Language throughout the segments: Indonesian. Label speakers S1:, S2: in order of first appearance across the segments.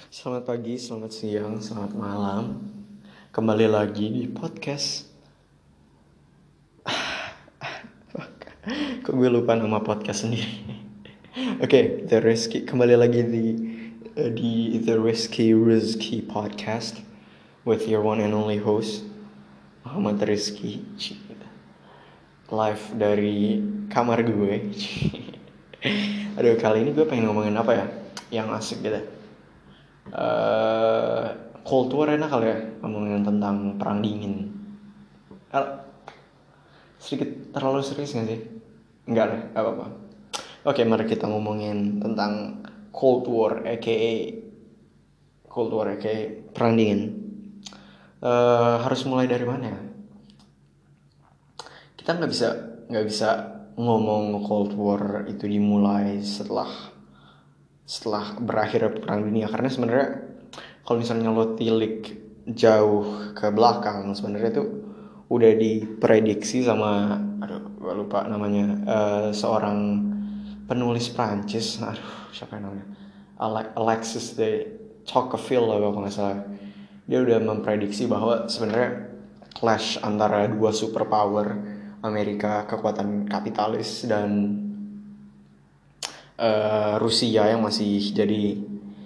S1: Selamat pagi, selamat siang, selamat malam. Kembali lagi di podcast. Kok gue lupa nama podcast sendiri. Oke, The Risky. Kembali lagi di The Risky Podcast with your one and only host Muhammad Rizky. Live dari kamar gue. Aduh, kali ini gue pengen ngomongin apa ya? Yang asik gitu. Cold War enak kali ya, ngomongin tentang perang dingin. Sedikit terlalu serius gak sih? Enggak lah, gak apa-apa. Oke, mari kita ngomongin tentang Cold War, aka perang dingin. Harus mulai dari mana ya? Kita nggak bisa ngomong Cold War itu dimulai setelah berakhir perang dunia, karena sebenarnya kalau misalnya lo tilik jauh ke belakang, sebenarnya itu udah diprediksi sama gue lupa namanya, seorang penulis Prancis, siapa yang namanya, Alexis de Tocqueville lah kalau nggak salah. Dia udah memprediksi bahwa sebenarnya clash antara dua superpower, Amerika kekuatan kapitalis dan Rusia yang masih jadi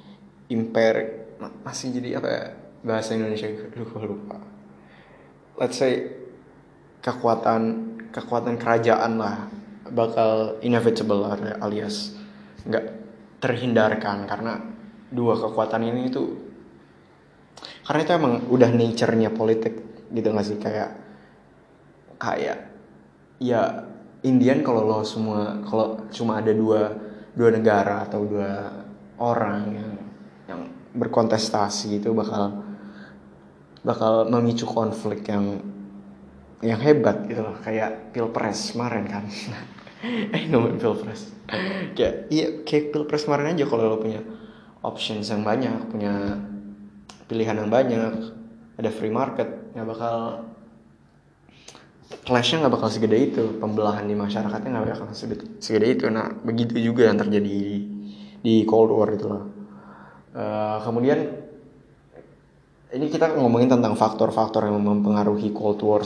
S1: masih jadi apa ya, bahasa Indonesia lupa. Let's say kekuatan kerajaan lah bakal inevitable, alias nggak terhindarkan, karena dua kekuatan ini itu, karena itu emang udah nature-nya politik gitu nggak sih, kayak ya Indian, kalau cuma ada dua negara atau dua orang yang berkontestasi, itu bakal memicu konflik yang hebat gitu loh, kayak pilpres kemarin kan. Ngomongin pilpres, kayak pilpres kemarin aja, kalau lo punya options yang banyak, punya pilihan yang banyak, ada free market, clashnya nggak bakal segede itu, pembelahan di masyarakatnya nggak bakal segede itu. Nah, begitu juga yang terjadi di Cold War itu lah. Kemudian ini kita ngomongin tentang faktor-faktor yang mempengaruhi Cold War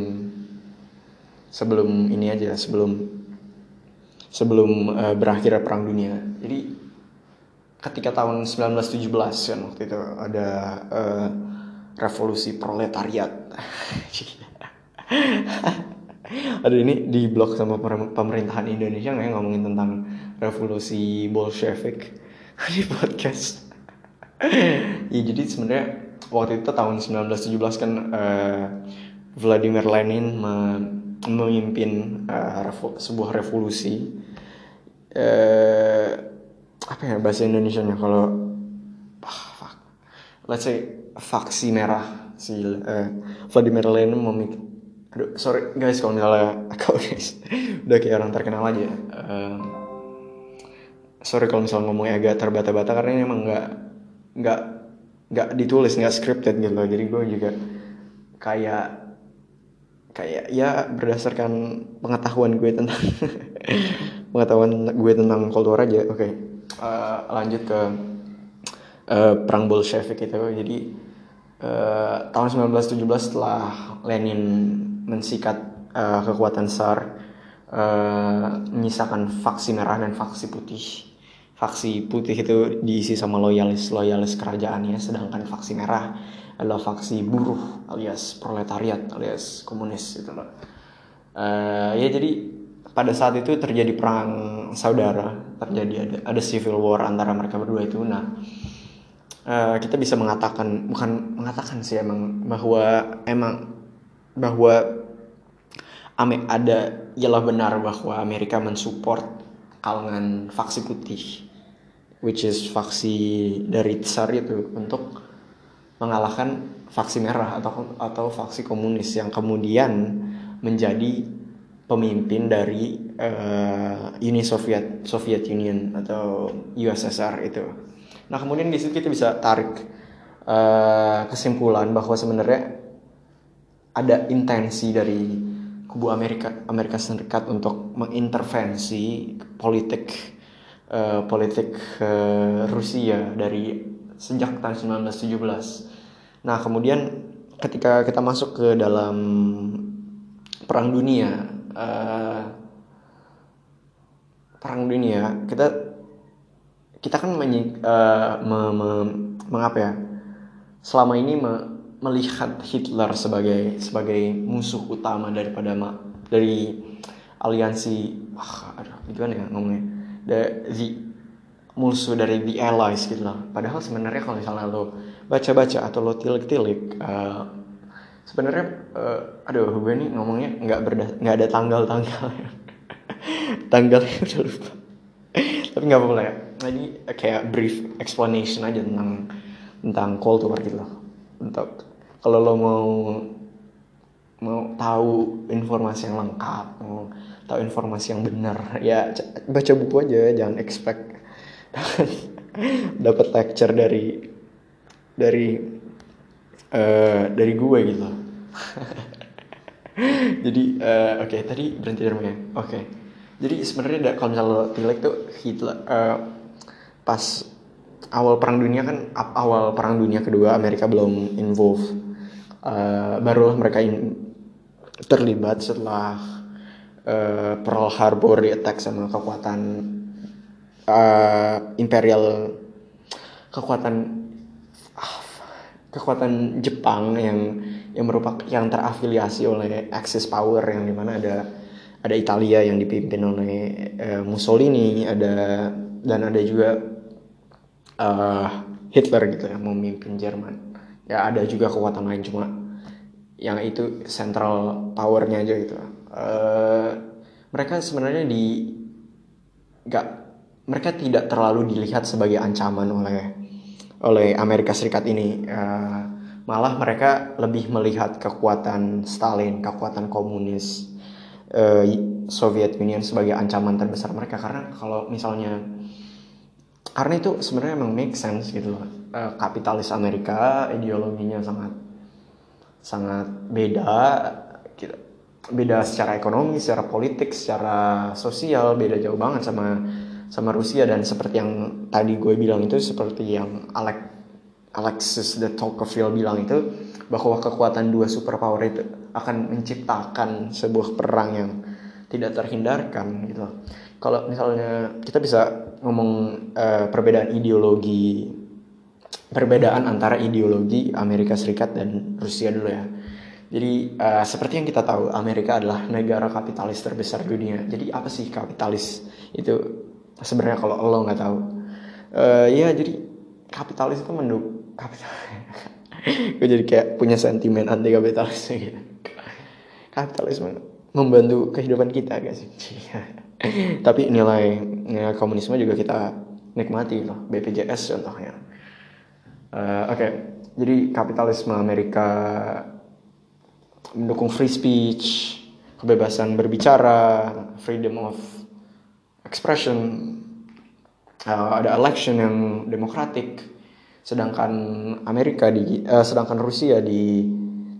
S1: sebelum ini aja, sebelum berakhir perang dunia. Jadi ketika tahun 1917 kan, waktu itu ada revolusi proletariat. Aduh, ini di blok sama pemerintahan Indonesia nggak ya ngomongin tentang revolusi Bolshevik di podcast. Ya, jadi sebenarnya waktu itu tahun 1917 kan, Vladimir Lenin memimpin sebuah revolusi, apa ya bahasa Indonesianya, kalau let's say faksi merah, si Vladimir Lenin memimpin. Aduh, sorry guys kalau misalnya guys udah kayak orang terkenal aja. Sorry kalau misalnya ngomongnya agak terbata-bata, karena ini emang nggak ditulis, nggak scripted gitu loh. Jadi gue juga kayak ya berdasarkan pengetahuan gue tentang Cold War aja. Oke. Lanjut ke perang Bolshevik itu. Jadi tahun 1917, setelah Lenin mensikat kekuatan Tsar, menyisakan faksi merah dan faksi putih. Faksi putih itu diisi sama loyalis kerajaannya, sedangkan faksi merah adalah faksi buruh alias proletariat alias komunis gitu loh. Ya, jadi pada saat itu terjadi perang saudara, ada civil war antara mereka berdua itu. Nah, kita bisa bukan mengatakan sih, bahwa ialah benar bahwa Amerika mensupport kalangan faksi putih, which is faksi dari Tsar itu, untuk mengalahkan faksi merah atau faksi komunis yang kemudian menjadi pemimpin dari Uni Soviet Union atau USSR itu. Nah, kemudian di situ kita bisa tarik kesimpulan bahwa sebenarnya ada intensi dari kubu Amerika Serikat untuk mengintervensi politik Rusia dari sejak tahun 1917. Nah kemudian ketika kita masuk ke dalam perang dunia, kita kan mengapa ya? Selama ini melihat Hitler sebagai musuh utama dari aliansi, gimana ya ngomongnya, musuh dari the allies gitu loh. Padahal sebenarnya kalau misalnya lo baca-baca atau lo tilik-tilik, sebenarnya gue nih ngomongnya nggak ada tanggal-tanggal. Tanggalnya udah lupa. Tapi nggak apa-apa ya. Jadi kayak brief explanation aja tentang Cold War gitu loh. Untuk kalau lo mau tahu informasi yang lengkap, mau tahu informasi yang benar, ya baca buku aja, jangan expect dapat lecture dari gue gitu. Jadi oke, tadi berhenti dari mana? Oke. Jadi sebenarnya kalau misalnya lo tilik tuh Hitler pas awal perang dunia kedua Amerika belum involve, barulah mereka terlibat setelah Pearl Harbor di attack sama kekuatan imperial, kekuatan Jepang yang merupakan yang terafiliasi oleh Axis power, yang dimana ada Italia yang dipimpin oleh Mussolini, dan ada juga Hitler gitu yang memimpin Jerman. Ya ada juga kekuatan lain, cuma yang itu central powernya aja gitu. Mereka sebenarnya mereka tidak terlalu dilihat sebagai ancaman oleh Amerika Serikat ini. Malah mereka lebih melihat kekuatan Stalin, kekuatan komunis Soviet Union sebagai ancaman terbesar mereka. Karena itu sebenarnya emang make sense gitu loh. Kapitalis Amerika ideologinya sangat beda secara ekonomi, secara politik, secara sosial, beda jauh banget sama Rusia. Dan seperti yang tadi gue bilang itu, seperti yang Alexis de Tocqueville bilang itu, bahwa kekuatan dua superpower itu akan menciptakan sebuah perang yang tidak terhindarkan gitu. Kalau misalnya kita bisa ngomong perbedaan antara ideologi Amerika Serikat dan Rusia dulu ya. Jadi seperti yang kita tahu, Amerika adalah negara kapitalis terbesar dunia. Jadi apa sih kapitalis itu sebenarnya kalau lo nggak tahu? Ya jadi kapitalis itu gue jadi kayak punya sentimen anti kapitalis gitu. Kapitalisme membantu kehidupan kita guys. Tapi nilai komunisme juga kita nikmati loh, BPJS contohnya. Oke. Jadi kapitalisme Amerika mendukung free speech, kebebasan berbicara, freedom of expression, ada election yang demokratik. Sedangkan Rusia di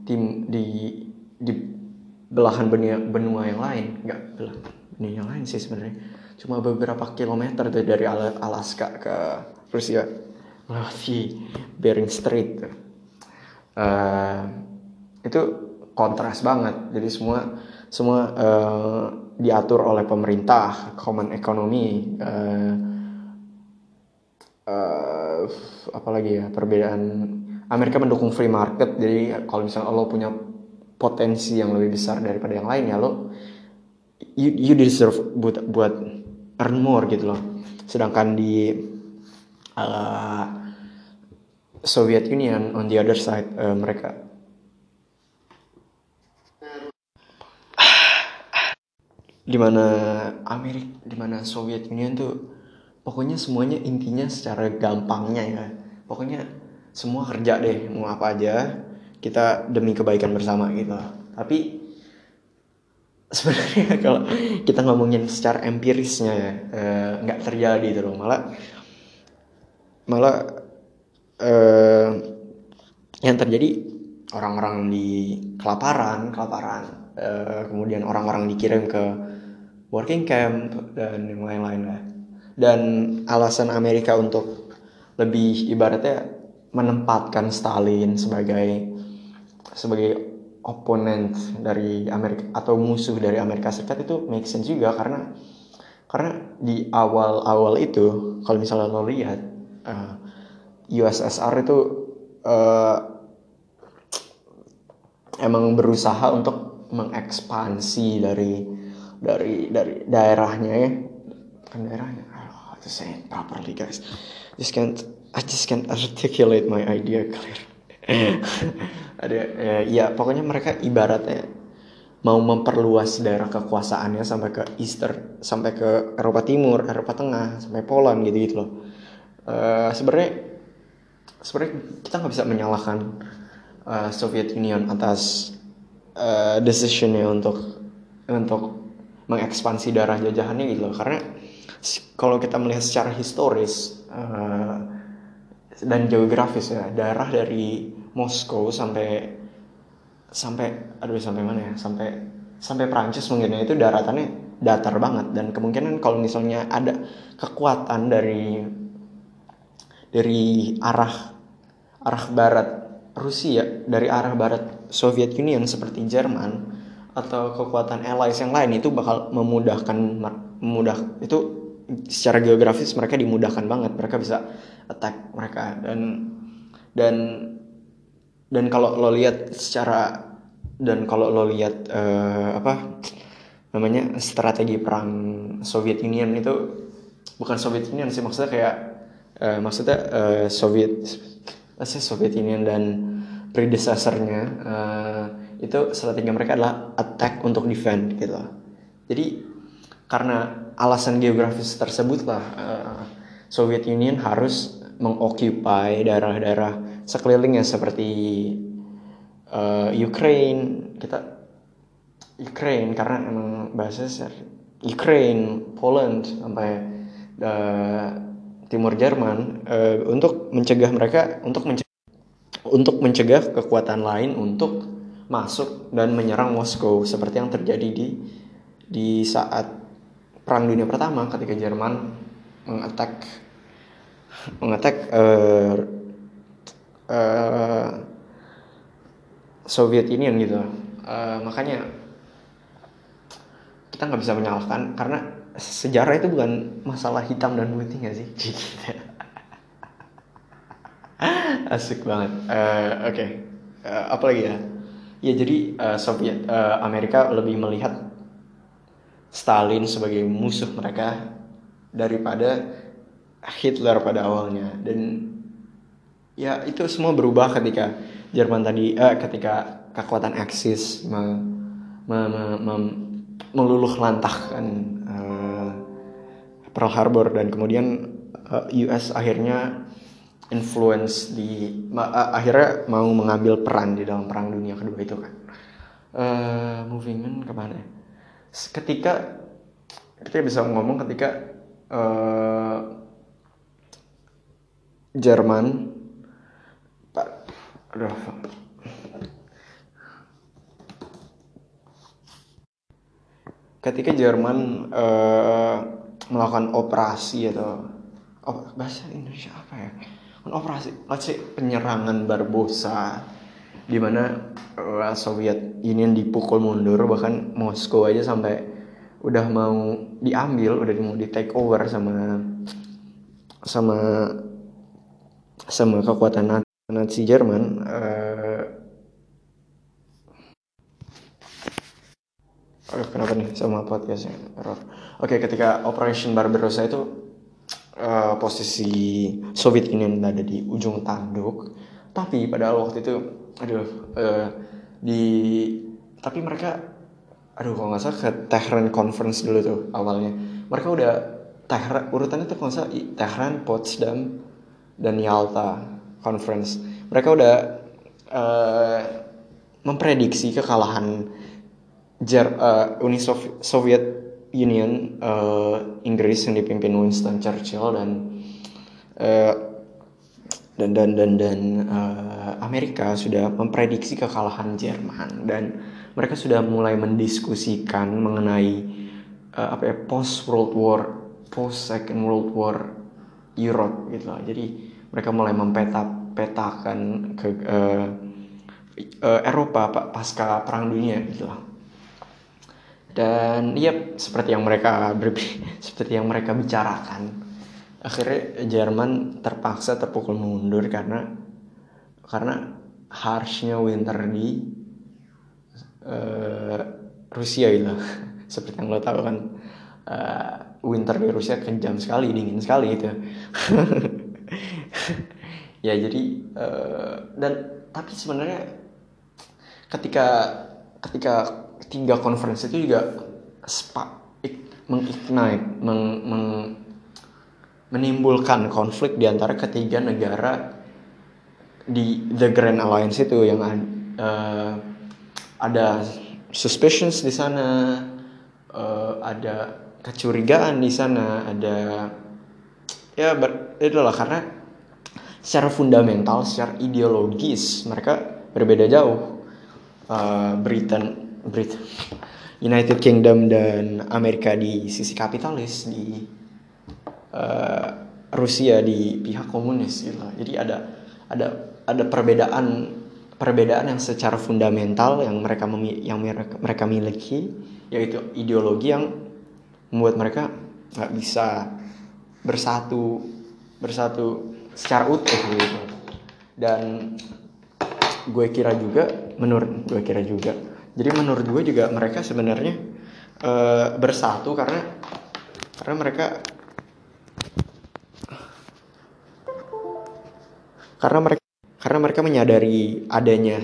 S1: belahan benua yang lain, nggak benua yang lain sih sebenarnya, cuma beberapa kilometer tuh dari Alaska ke Rusia melewati Bering Strait. Itu kontras banget. Jadi semua diatur oleh pemerintah, common economy, apalagi ya, perbedaan. Amerika mendukung free market. Jadi kalau misalnya lo punya potensi yang lebih besar daripada yang lain, ya lo you deserve buat earn more gitu loh. Sedangkan di Soviet Union on the other side, mereka dimana Soviet Union tuh pokoknya semuanya intinya secara gampangnya ya, pokoknya semua kerja deh, mau apa aja kita demi kebaikan bersama gitu. Tapi sebenarnya kalau kita ngomongin secara empirisnya ya, nggak terjadi itu loh. Malah yang terjadi orang-orang di kelaparan, kemudian orang-orang dikirim ke working camp dan yang lain-lain lah. Dan alasan Amerika untuk lebih ibaratnya menempatkan Stalin sebagai oponen dari Amerika atau musuh dari Amerika Serikat itu make sense juga, karena di awal itu kalau misalnya lo lihat USSR itu emang berusaha untuk mengekspansi dari daerahnya ya, kan daerahnya. To say it properly, guys. I just can't articulate my idea clear. Ada ya pokoknya mereka ibaratnya mau memperluas daerah kekuasaannya sampai ke sampai ke Eropa Timur, Eropa Tengah, sampai Poland gitu loh. Sebenarnya kita nggak bisa menyalahkan Soviet Union atas decisionnya untuk mengekspansi daerah jajahannya gitu loh, karena kalau kita melihat secara historis dan geografis ya, daerah dari Moskow sampai mana ya, sampai Prancis mungkin ya, itu daratannya datar banget, dan kemungkinan kalau misalnya ada kekuatan dari arah barat Rusia, dari arah barat Soviet Union seperti Jerman atau kekuatan allies yang lain, itu bakal memudahkan itu secara geografis mereka dimudahkan banget, mereka bisa attack mereka. Dan kalau lo lihat strategi perang Soviet Union itu, bukan Soviet Union sih, maksudnya kayak Soviet Union dan predecessornya, itu strategi mereka adalah attack untuk defend gitu. Jadi karena alasan geografis tersebut lah, Soviet Union harus mengoccupy daerah-daerah sekelilingnya seperti Ukraine karena emang bahasanya Ukraine, Poland sampai Timur Jerman, untuk mencegah kekuatan lain untuk masuk dan menyerang Moskow, seperti yang terjadi di saat Perang Dunia Pertama ketika Jerman mengattack Soviet Union gitu. Makanya kita nggak bisa menyalahkan, karena sejarah itu bukan masalah hitam dan putih nggak sih? Asik banget. Oke. Apa lagi ya? Ya jadi Amerika lebih melihat Stalin sebagai musuh mereka daripada Hitler pada awalnya, dan ya itu semua berubah ketika Jerman ketika kekuatan Axis meluluh lantahkan Pearl Harbor, dan kemudian US akhirnya akhirnya mau mengambil peran di dalam Perang Dunia Kedua itu kan. Moving on kemana ya? Ketika kita bisa ngomong ketika Jerman melakukan operasi atau bahasa Indonesia apa ya? Operasi, let's say penyerangan Barbarossa, di mana Soviet Union dipukul mundur, bahkan Moskow aja sampai udah mau diambil, udah mau di take over sama kekuatan Nazi Jerman. Kenapa nih sama podcastnya error? Oke, ketika Operation Barbarossa itu posisi Soviet Union ada di ujung tanduk, tapi pada waktu itu tapi mereka kalau nggak salah ke Tehran Conference dulu tuh awalnya. Mereka udah urutannya tuh kalau nggak salah Tehran, Potsdam, dan Yalta Conference. Mereka udah memprediksi kekalahan Uni Soviet Union, Inggris yang dipimpin Winston Churchill dan Amerika sudah memprediksi kekalahan Jerman, dan mereka sudah mulai mendiskusikan mengenai post Second World War Europe gitu loh. Jadi mereka mulai mempetakan ke Eropa pasca Perang Dunia gitu lah. Dan seperti yang mereka bicarakan, akhirnya Jerman terpaksa terpukul mundur karena harshnya winter di Rusia itu. Seperti yang lo tahu kan, winter di Rusia kejam sekali, dingin sekali itu. Ya jadi tapi sebenarnya ketika tiga conference itu juga menimbulkan konflik di antara ketiga negara di The Grand Alliance itu, yang ada suspicions di sana, ada kecurigaan di sana, ada itulah, karena secara fundamental, secara ideologis mereka berbeda jauh. United Kingdom dan Amerika di sisi kapitalis, di Rusia di pihak komunis gitu. Jadi ada perbedaan yang secara fundamental yang mereka miliki, yaitu ideologi yang membuat mereka nggak bisa bersatu secara utuh gitu. Dan menurut gue juga mereka sebenarnya bersatu karena mereka menyadari adanya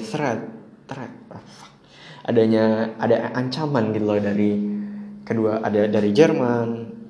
S1: ada ancaman gitu loh dari Jerman,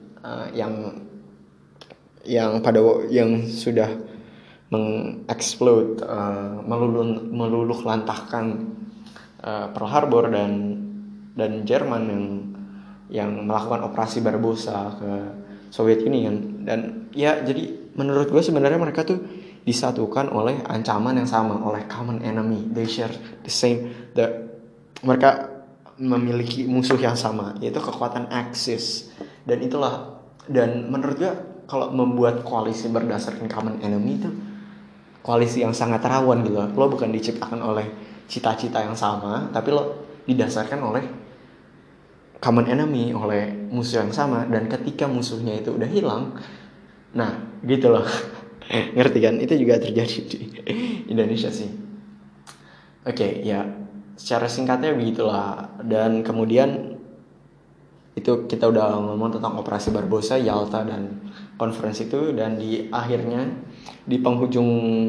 S1: yang sudah mengeksplod, meluluh lantahkan Pearl Harbor, dan Jerman yang melakukan operasi Barbarossa ke Soviet Union. Dan jadi menurut gue sebenarnya mereka tuh disatukan oleh ancaman yang sama, oleh common enemy. They share the same, mereka memiliki musuh yang sama, yaitu kekuatan Axis. Dan menurut gue kalau membuat koalisi berdasarkan common enemy itu koalisi yang sangat rawan gitu. Lo bukan diciptakan oleh cita-cita yang sama, tapi lo didasarkan oleh common enemy, oleh musuh yang sama. Dan ketika musuhnya itu udah hilang, nah gitu loh. Ngerti kan? Itu juga terjadi di Indonesia sih. Oke, ya secara singkatnya begitulah. Dan kemudian itu kita udah ngomong tentang operasi Barbarossa, Yalta, dan konferensi itu. Dan di akhirnya di penghujung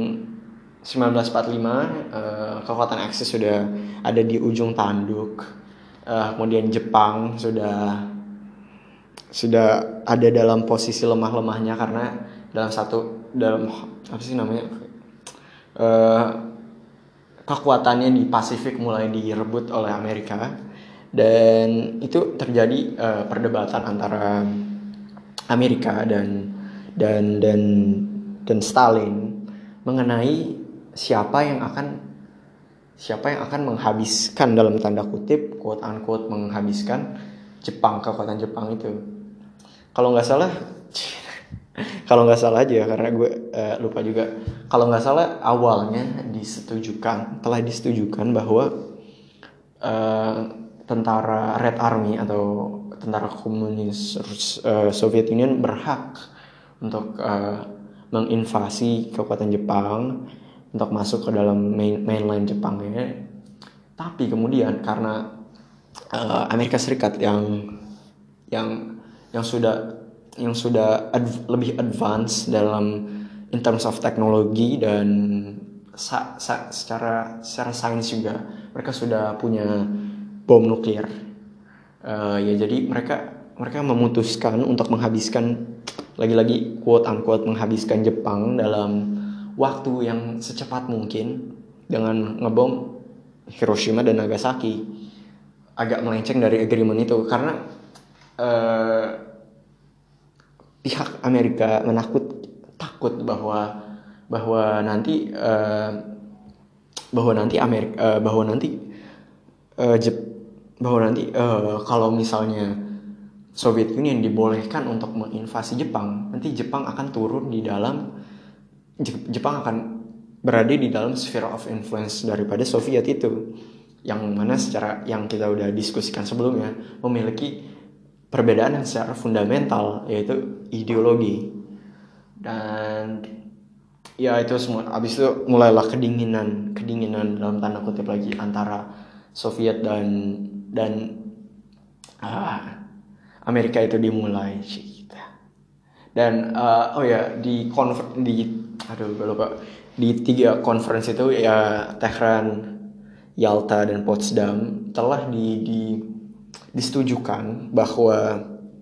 S1: 1945 kekuatan Axis sudah ada di ujung tanduk. Kemudian Jepang sudah ada dalam posisi lemah-lemahnya karena kekuatannya di Pasifik mulai direbut oleh Amerika. Dan itu terjadi perdebatan antara Amerika dan Stalin mengenai siapa yang akan menghabiskan, dalam tanda kutip, quote unquote, menghabiskan kekuatan Jepang itu. Kalau nggak salah aja, karena gue lupa juga. Kalau nggak salah awalnya telah disetujukan bahwa tentara Red Army atau tentara komunis Soviet Union berhak untuk menginvasi kekuatan Jepang, untuk masuk ke dalam mainland Jepang ya. Tapi kemudian karena Amerika Serikat yang sudah lebih advance in terms of teknologi dan secara sains juga, mereka sudah punya bom nuklir. Jadi mereka memutuskan untuk menghabiskan, lagi-lagi quote unquote, menghabiskan Jepang dalam waktu yang secepat mungkin dengan ngebom Hiroshima dan Nagasaki. Agak melenceng dari agreement itu karena pihak Amerika takut bahwa nanti kalau misalnya Soviet Union dibolehkan untuk menginvasi Jepang, nanti Jepang akan turun di dalam berada di dalam sphere of influence daripada Soviet itu, yang mana secara yang kita udah diskusikan sebelumnya memiliki perbedaan yang secara fundamental, yaitu ideologi. Dan ya itu semua, abis itu mulailah kedinginan dalam tanda kutip lagi antara Soviet dan Amerika itu dimulai. Dan di 3 conference itu ya, Tehran, Yalta dan Potsdam, telah disetujukan bahwa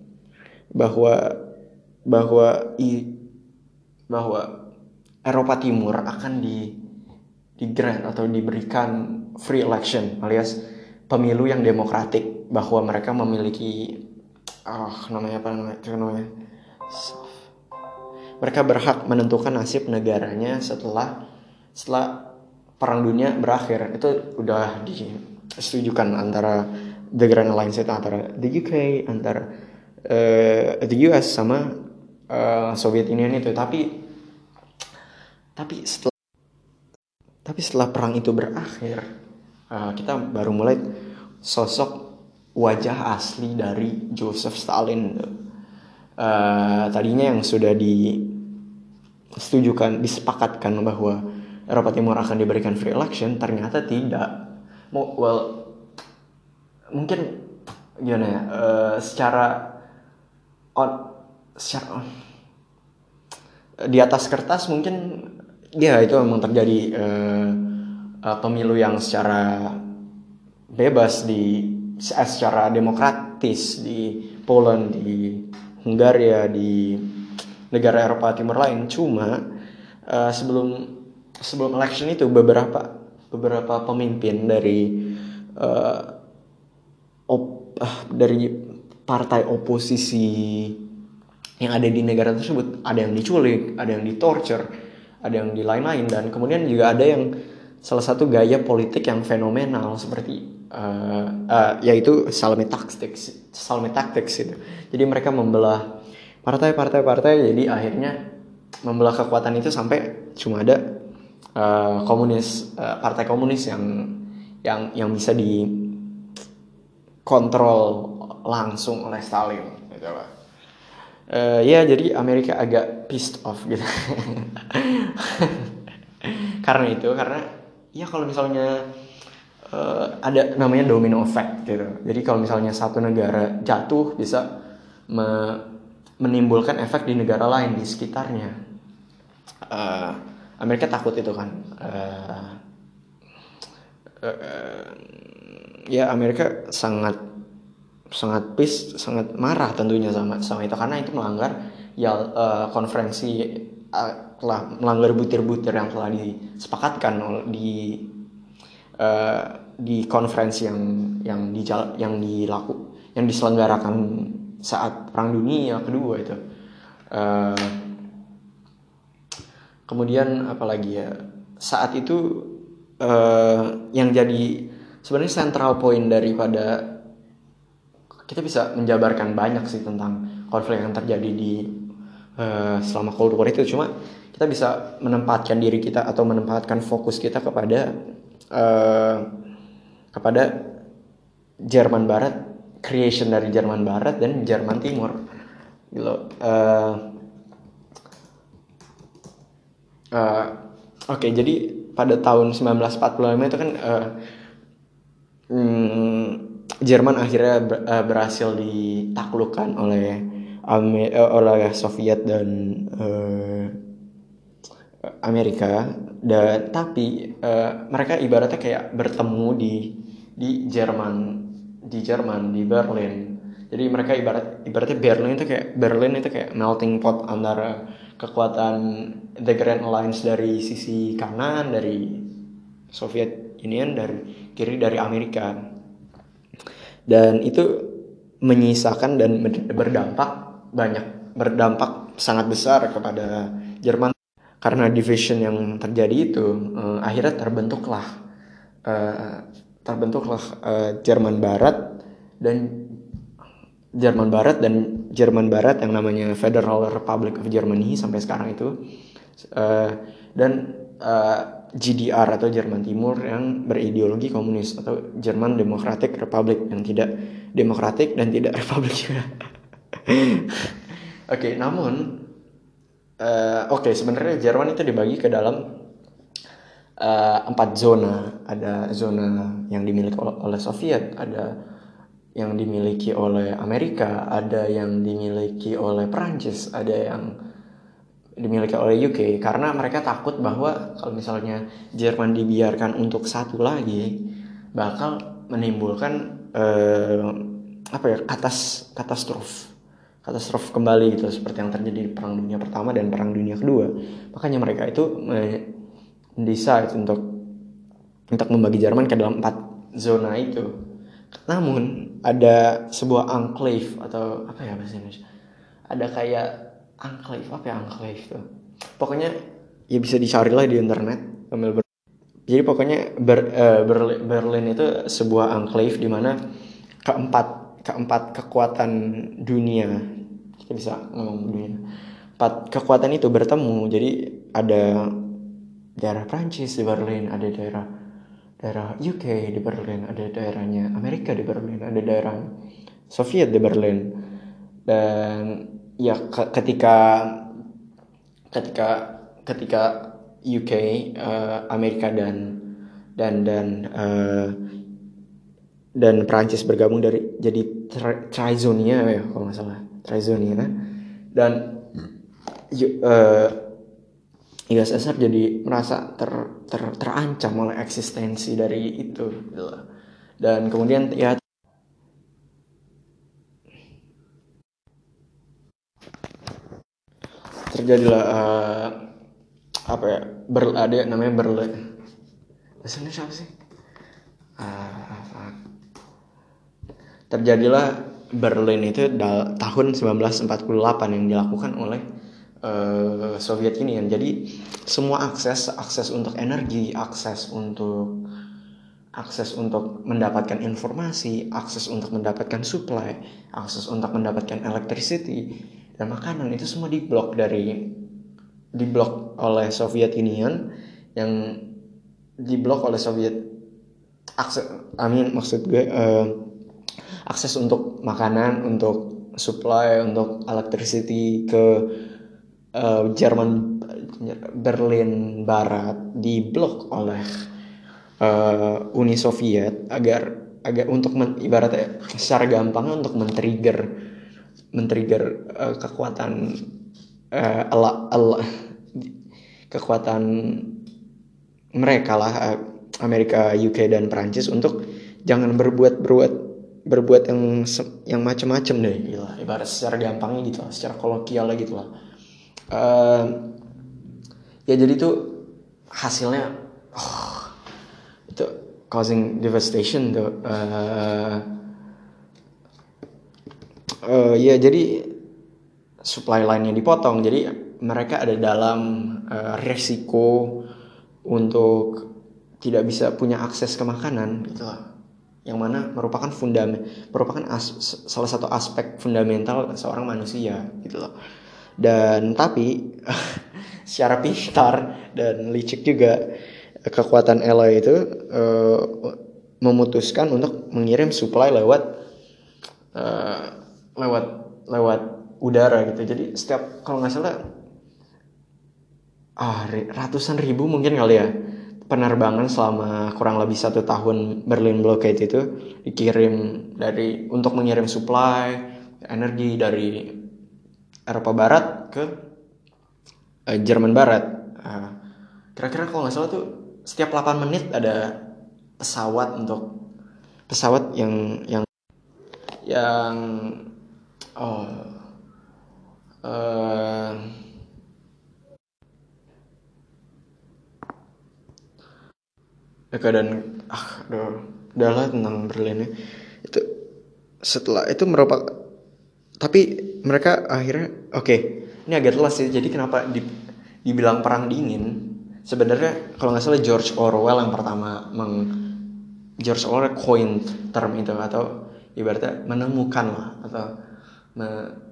S1: Eropa Timur akan di grant atau diberikan free election, alias pemilu yang demokratik, bahwa mereka memiliki mereka berhak menentukan nasib negaranya setelah Perang Dunia berakhir. Itu udah disetujukan antara The Grand Alliance itu, antara the UK, antara the US sama Soviet Union itu. Tapi setelah perang itu berakhir, kita baru mulai sosok wajah asli dari Joseph Stalin. Tadinya yang sudah disepakatkan bahwa Eropa Timur akan diberikan free election, ternyata tidak. Mungkin gimana ya, secara di atas kertas mungkin ya itu memang terjadi pemilu yang secara bebas secara demokratis di Poland, di Hungaria, di negara Eropa Timur lain. Cuma sebelum election itu beberapa pemimpin dari partai oposisi yang ada di negara tersebut, ada yang diculik, ada yang ditorture, ada yang di lain-lain, dan kemudian juga ada yang salah satu gaya politik yang fenomenal seperti yaitu Salome Tactics itu. Jadi mereka membelah partai, jadi akhirnya membelah kekuatan itu sampai cuma ada partai komunis yang bisa dikontrol langsung oleh Stalin gitu lah. Ya jadi Amerika agak pissed off gitu. karena ya kalau misalnya ada namanya domino effect gitu. Jadi kalau misalnya satu negara jatuh, bisa menimbulkan efek di negara lain di sekitarnya. Amerika takut itu kan. Ya Amerika sangat marah tentunya sama itu, karena itu melanggar konferensi, telah melanggar butir-butir yang telah disepakatkan di konferensi yang diselenggarakan saat Perang Dunia Kedua itu. Kemudian apalagi ya, saat itu yang jadi sebenarnya central point daripada, kita bisa menjabarkan banyak sih tentang konflik yang terjadi di selama Cold War itu. Cuma kita bisa menempatkan diri kita atau menempatkan fokus kita kepada Jerman Barat, creation dari Jerman Barat dan Jerman Timur gitu. Oke, jadi pada tahun 1945 itu kan Jerman akhirnya berhasil ditaklukkan oleh Soviet dan Amerika, dan tapi mereka ibaratnya kayak bertemu di Jerman, di Berlin. Jadi mereka ibaratnya Berlin itu kayak melting pot antara kekuatan The Grand Alliance dari sisi kanan dari Soviet Union, dari kiri dari Amerika. Dan itu menyisakan dan berdampak sangat besar kepada Jerman. Karena division yang terjadi itu, akhirnya terbentuklah Jerman Barat dan Jerman Barat yang namanya Federal Republic of Germany sampai sekarang itu. Dan GDR atau Jerman Timur yang berideologi komunis, atau Jerman Democratic Republic yang tidak demokratik dan tidak republik juga. Oke, namun sebenarnya Jerman itu dibagi ke dalam 4 zona. Ada zona yang dimiliki oleh Soviet, ada yang dimiliki oleh Amerika, ada yang dimiliki oleh Perancis, ada yang dimiliki oleh UK, karena mereka takut bahwa kalau misalnya Jerman dibiarkan untuk satu lagi bakal menimbulkan katastrof kembali gitu, seperti yang terjadi di Perang Dunia Pertama dan Perang Dunia Kedua. Makanya mereka itu decide untuk membagi Jerman ke dalam 4 zona itu. Namun ada sebuah enclave atau apa ya bahasa Indonesia? Ada kayak enclave, apa ya enclave tuh? Pokoknya ya bisa dicari lah di internet. Jadi pokoknya Berlin itu sebuah enclave di mana keempat kekuatan dunia, kita bisa ngomong dunia, 4 kekuatan itu bertemu. Jadi ada daerah Prancis di Berlin, ada daerah UK di Berlin, ada daerahnya Amerika di Berlin, ada daerah Soviet di Berlin. Dan ya ketika UK, Amerika dan Prancis bergabung jadi Trizonia ya kalau nggak salah, Trizonia, dan USSR jadi merasa terancam oleh eksistensi dari itu gitu. Dan kemudian ya terjadilah ada namanya Berlin. Bahasa Indonesia apa sih? Terjadilah Berlin itu tahun 1948 yang dilakukan oleh Soviet Union. Jadi semua akses untuk energi, akses untuk mendapatkan informasi, akses untuk mendapatkan supply, akses untuk mendapatkan electricity dan makanan itu semua diblok oleh Soviet Union, yang diblok oleh Soviet akses untuk makanan, untuk supply, untuk electricity ke Jerman. Berlin Barat diblok oleh Uni Soviet agar untuk ibaratnya secara gampang untuk men-trigger kekuatan kekuatan mereka lah, Amerika, UK dan Prancis, untuk jangan berbuat yang macam-macam deh, gitu. Ibarat secara gampangnya gitu lah, secara kolokialnya gitu lah. Ya jadi itu hasilnya itu causing devastation tuh. Ya jadi supply line-nya dipotong, jadi mereka ada dalam resiko untuk tidak bisa punya akses ke makanan gitu lah, yang mana merupakan salah satu aspek fundamental seorang manusia gitu loh. Dan tapi secara pintar dan licik juga kekuatan Ally itu memutuskan untuk mengirim supply lewat udara gitu. Jadi setiap, kalau nggak salah ratusan ribu mungkin kali ya, penerbangan selama kurang lebih 1 tahun Berlin Blockade itu dikirim untuk mengirim supply energi dari Eropa Barat ke Jerman Barat. Kira-kira kalau nggak salah tuh setiap 8 menit ada pesawat yang keadaan udahlah tentang Berlin itu. Setelah itu tapi mereka akhirnya ini agak telas sih. Jadi kenapa dibilang perang dingin, sebenarnya kalau nggak salah George Orwell yang pertama George Orwell coin term itu, atau ibaratnya menemukan lah, atau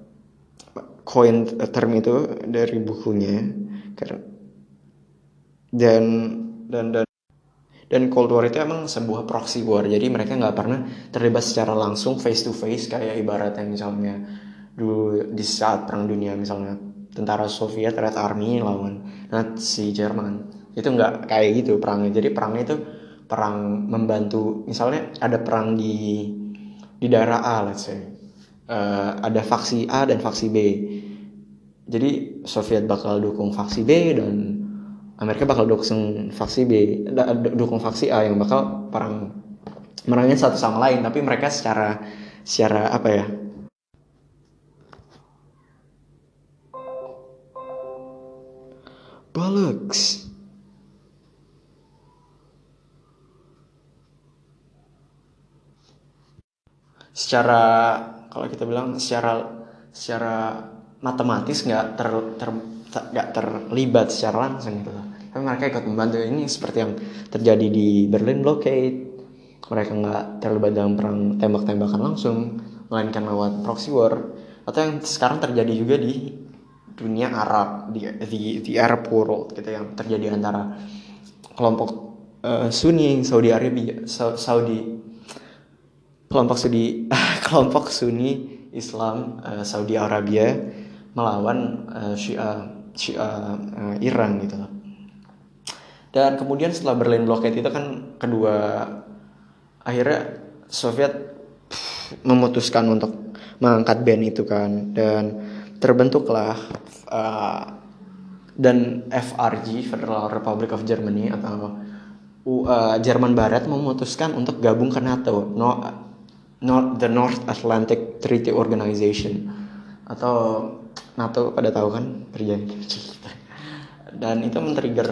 S1: coin term itu dari bukunya. Karena dan dan Cold War itu emang sebuah proxy war, jadi mereka nggak pernah terlibat secara langsung face to face kayak ibaratnya misalnya dulu di saat Perang Dunia misalnya tentara Soviet Red Army lawan Nazi Jerman, itu nggak kayak gitu perangnya. Jadi perangnya itu perang membantu, misalnya ada perang di daerah A, let's say. Ada faksi A dan faksi B. Jadi Soviet bakal dukung faksi B dan Amerika bakal dukung faksi B, dukung faksi A yang bakal merangin satu sama lain, tapi mereka secara secara apa ya? Bollocks. Secara kalau kita bilang secara matematis nggak terlibat secara langsung gitu loh. Tapi mereka ikut membantu. Ini seperti yang terjadi di Berlin Blockade. Mereka nggak terlibat dalam perang tembak-tembakan langsung, melainkan lewat proxy war. Atau yang sekarang terjadi juga di dunia Arab, di Arab world gitu, yang terjadi antara kelompok Sunni Saudi Arabia, kelompok Sunni kelompok Sunni Islam Saudi Arabia melawan Syiah Iran gitu loh. Dan kemudian setelah Berlin Blockade itu kan akhirnya Soviet memutuskan untuk mengangkat band itu kan, dan terbentuklah dan FRG, Federal Republic of Germany, atau Jerman Barat memutuskan untuk gabung ke NATO, the North Atlantic Treaty Organization, atau NATO, pada tahu kan perjanjian. Dan itu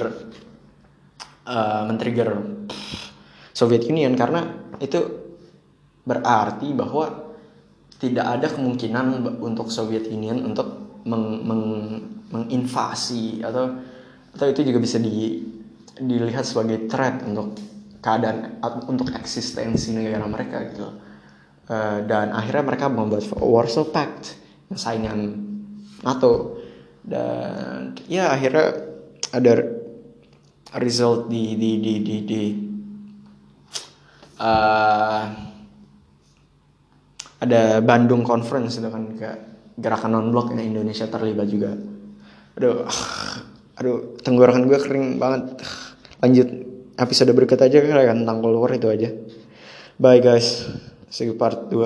S1: men-trigger Soviet Union, karena itu berarti bahwa tidak ada kemungkinan untuk Soviet Union untuk menginvasi atau itu juga bisa dilihat sebagai threat untuk keadaan, untuk eksistensi negara mereka gitu. Dan akhirnya mereka membuat Warsaw Pact yang saingan NATO, dan ya akhirnya ada result ada Bandung Conference itu kan, kayak gerakan non-blok yang Indonesia terlibat juga. Aduh, tenggorokan gue kering banget. Lanjut episode berikut aja kan, tentang Cold War itu aja. Bye guys, see you part 2.